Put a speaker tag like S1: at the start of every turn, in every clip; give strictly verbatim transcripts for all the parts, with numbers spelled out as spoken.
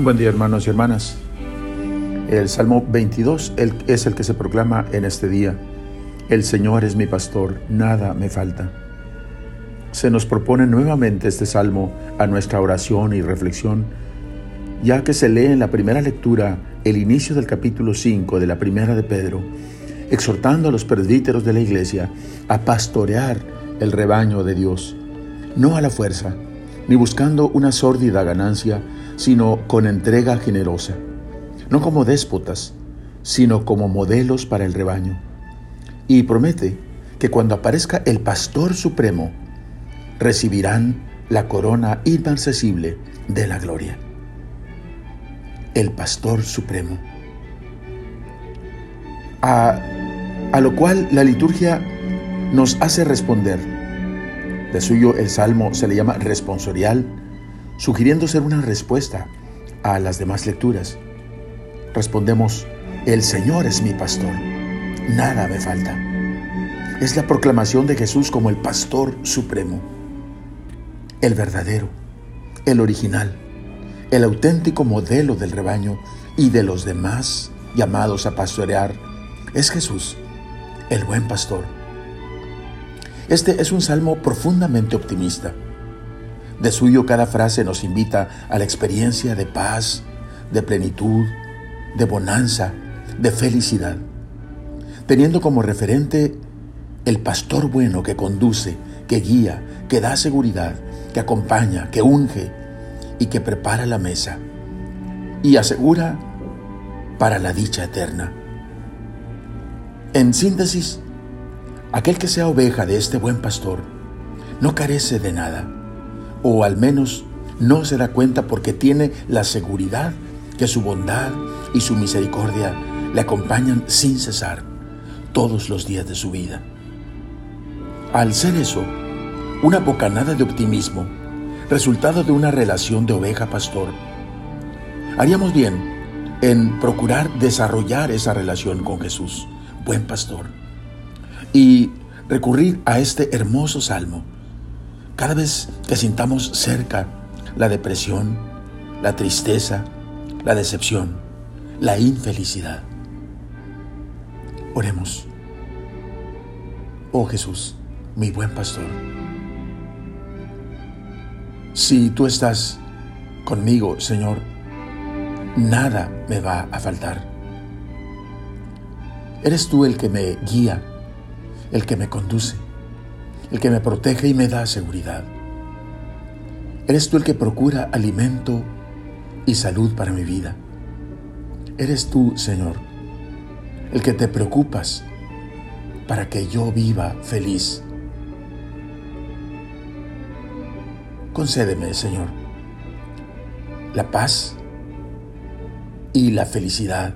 S1: Buen día, hermanos y hermanas. El Salmo veintidós es el que se proclama en este día. El Señor es mi pastor, nada me falta. Se nos propone nuevamente este salmo a nuestra oración y reflexión, ya que se lee en la primera lectura el inicio del capítulo cinco de la primera de Pedro, exhortando a los presbíteros de la iglesia a pastorear el rebaño de Dios, no a la fuerza, ni buscando una sórdida ganancia, sino con entrega generosa, no como déspotas, sino como modelos para el rebaño. Y promete que cuando aparezca el Pastor Supremo, recibirán la corona inmarcesible de la gloria. El Pastor Supremo. A, a lo cual la liturgia nos hace responder. De suyo el Salmo se le llama responsorial, sugiriendo ser una respuesta a las demás lecturas. Respondemos: el Señor es mi pastor, nada me falta. Es la proclamación de Jesús como el Pastor Supremo, el verdadero, el original, el auténtico modelo del rebaño y de los demás llamados a pastorear. Es Jesús, el buen pastor. Este es un salmo profundamente optimista. De suyo cada frase nos invita a la experiencia de paz, de plenitud, de bonanza, de felicidad, teniendo como referente el pastor bueno que conduce, que guía, que da seguridad, que acompaña, que unge y que prepara la mesa y asegura para la dicha eterna. En síntesis, aquel que sea oveja de este buen pastor no carece de nada, o al menos no se da cuenta porque tiene la seguridad que su bondad y su misericordia le acompañan sin cesar todos los días de su vida. Al ser eso, una bocanada de optimismo, resultado de una relación de oveja-pastor, haríamos bien en procurar desarrollar esa relación con Jesús, buen pastor, y recurrir a este hermoso salmo cada vez que sintamos cerca la depresión, la tristeza, la decepción, la infelicidad. Oremos. Oh Jesús, mi buen pastor, si tú estás conmigo, Señor, nada me va a faltar. Eres tú el que me guía, el que me conduce, el que me protege y me da seguridad. Eres tú el que procura alimento y salud para mi vida. Eres tú, Señor, el que te preocupas para que yo viva feliz. Concédeme, Señor, la paz y la felicidad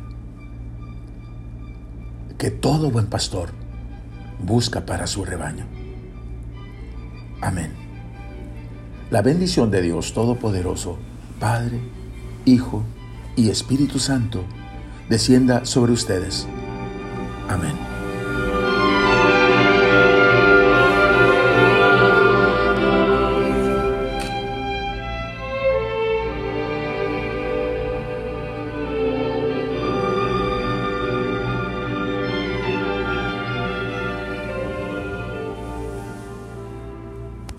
S1: que todo buen pastor busca para su rebaño. Amén. La bendición de Dios Todopoderoso, Padre, Hijo y Espíritu Santo, descienda sobre ustedes. Amén.